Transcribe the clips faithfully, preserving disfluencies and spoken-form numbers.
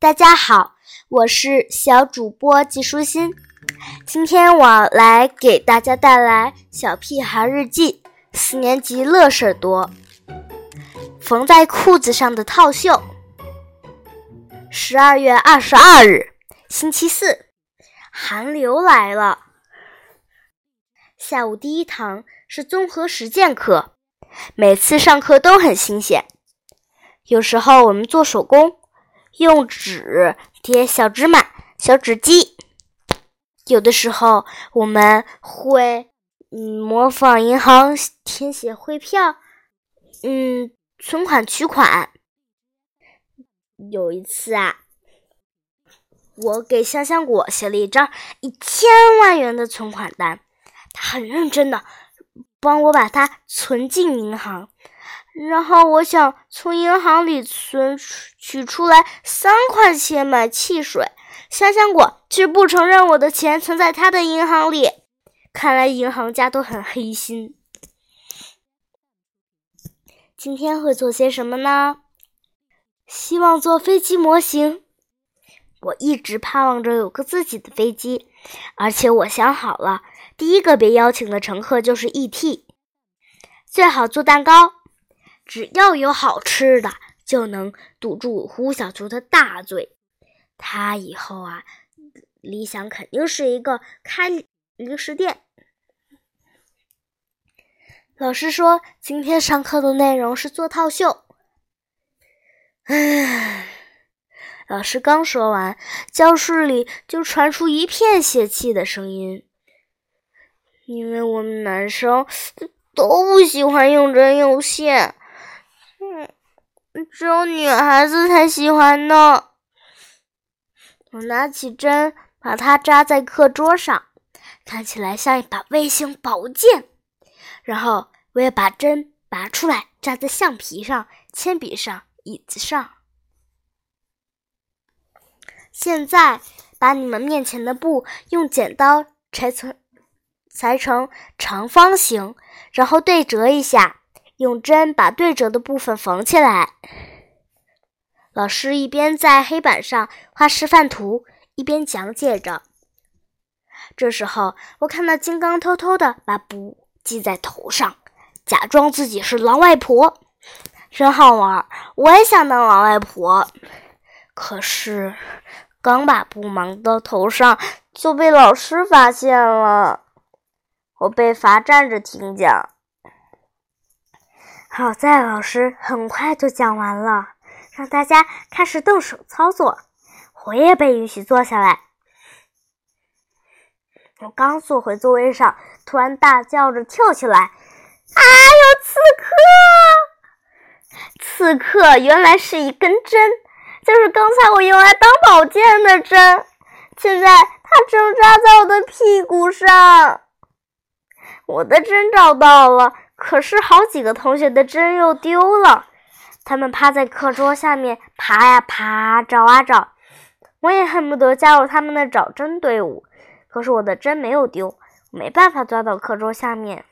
大家好，我是小主播季舒心。今天我来给大家带来小屁孩日记四年级乐事儿多。缝在裤子上的套袖。十二月二十二日，星期四，寒流来了。下午第一堂是综合实践课，每次上课都很新鲜。有时候我们做手工，用纸贴小纸马、小纸鸡。有的时候我们会嗯模仿银行填写汇票，嗯存款取款。有一次啊，我给香香果写了一张一千万元的存款单，他很认真的帮我把它存进银行。然后我想从银行里存取出来三块钱买汽水，香香果却不承认我的钱存在他的银行里。看来银行家都很黑心。今天会做些什么呢？希望做飞机模型。我一直盼望着有个自己的飞机，而且我想好了，第一个被邀请的乘客就是 E T。 最好做蛋糕，只要有好吃的，就能堵住胡小球的大嘴。他以后啊，理想肯定是一个开零食店。老师说今天上课的内容是做套袖。唉，老师刚说完，教室里就传出一片泄气的声音。因为我们男生都不喜欢用针用线，嗯，只有女孩子才喜欢呢。我拿起针，把它扎在课桌上，看起来像一把微型宝剑。然后我也把针拔出来，扎在橡皮上、铅笔上、椅子上。现在把你们面前的布用剪刀裁成裁成长方形，然后对折一下，用针把对折的部分缝起来。老师一边在黑板上画示范图，一边讲解着。这时候我看到金刚偷偷地把布系在头上，假装自己是狼外婆，真好玩，我也想当狼外婆。可是刚把布忙到头上，就被老师发现了。我被罚站着听讲。好在老师很快就讲完了，让大家开始动手操作。我也被允许坐下来。我刚坐回座位上，突然大叫着跳起来，啊，有刺客！刺客原来是一根针，就是刚才我用来当宝剑的针，现在它正扎在我的屁股上。我的针找到了，可是好几个同学的针又丢了。他们趴在课桌下面爬呀爬，找啊找。我也恨不得加入他们的找针队伍，可是我的针没有丢，我没办法钻到课桌下面。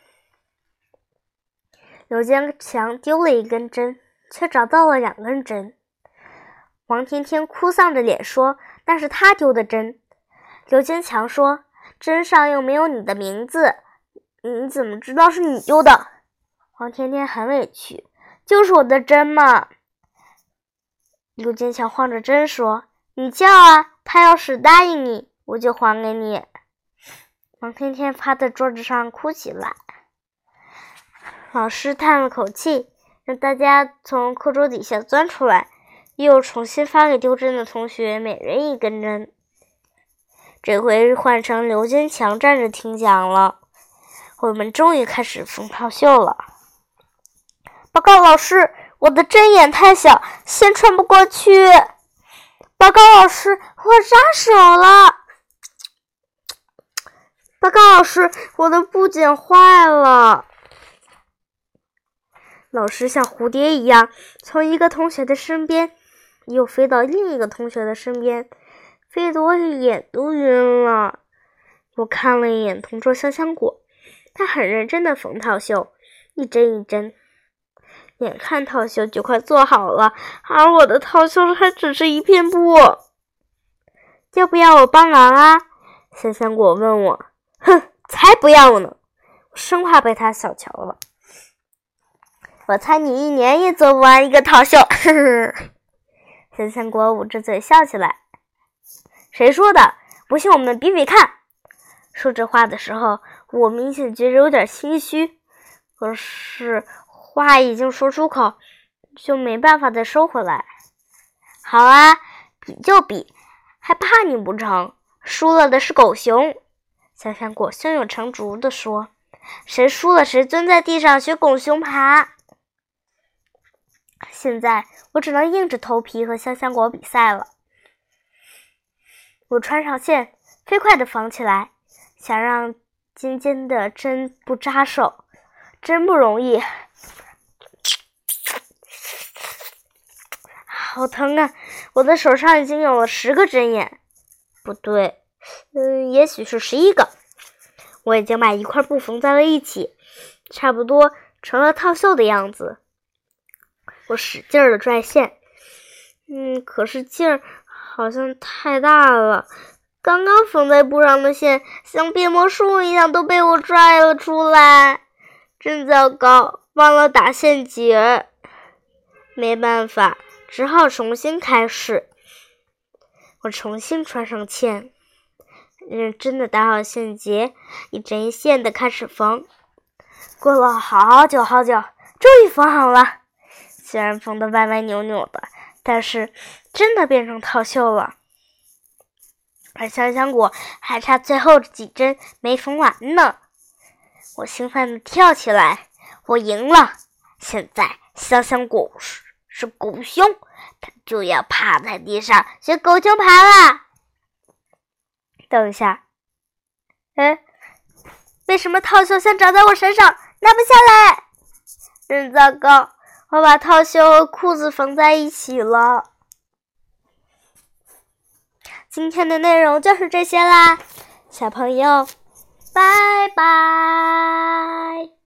刘坚强丢了一根针，却找到了两根针。王甜甜哭丧着脸说那是他丢的针。刘坚强说针上又没有你的名字，你怎么知道是你丢的？王甜甜很委屈，就是我的针嘛。刘坚强晃着针说你叫啊，他要是答应你，我就还给你。王甜甜趴在桌子上哭起来。老师叹了口气，让大家从课桌底下钻出来，又重新发给丢针的同学每人一根针。这回换成刘坚强站着听讲了。我们终于开始缝套袖了。报告老师，我的针眼太小，线穿不过去。报告老师，我扎手了。报告老师，我的布剪坏了。老师像蝴蝶一样，从一个同学的身边又飞到另一个同学的身边，飞得我脸都晕了。我看了一眼同桌香香果，他很认真地缝套袖，一针一针。眼看套袖就快做好了，而我的套袖还只是一片布。 要不要我帮忙啊？香香果问我。哼，才不要呢！我生怕被他小瞧了。我猜你一年也做不完一个套袖。呵呵。香香果捂着嘴笑起来。谁说的？不信我们比比看。说这话的时候，我明显觉得有点心虚，可是话已经说出口，就没办法再收回来。好啊，比就比，还怕你不成？输了的是狗熊。香香果胸有成竹地说，谁输了谁蹲在地上学狗熊爬。现在我只能硬着头皮和香香果比赛了。我穿上线，飞快地缝起来，想让尖尖的针不扎手，真不容易。好疼啊！我的手上已经有了十个针眼，不对，嗯，也许是十一个。我已经把一块布缝在了一起，差不多成了套袖的样子。我使劲儿地拽线，嗯，可是劲儿好像太大了，刚刚缝在布上的线像变魔术一样都被我拽了出来，真糟糕，忘了打线结。没办法，只好重新开始。我重新穿上线，认真的打好线结，一针一线的开始缝。过了好久好久，终于缝好了。虽然缝得歪歪扭扭的，但是真的变成套袖了。而香香果还差最后几针没缝完呢。我兴奋地跳起来，我赢了！现在香香果是是狗熊，它就要趴在地上学狗熊爬啦。等一下，哎，为什么套袖像长在我身上，拿不下来？真糟糕，我把套袖和裤子缝在一起了。今天的内容就是这些啦，小朋友，拜拜。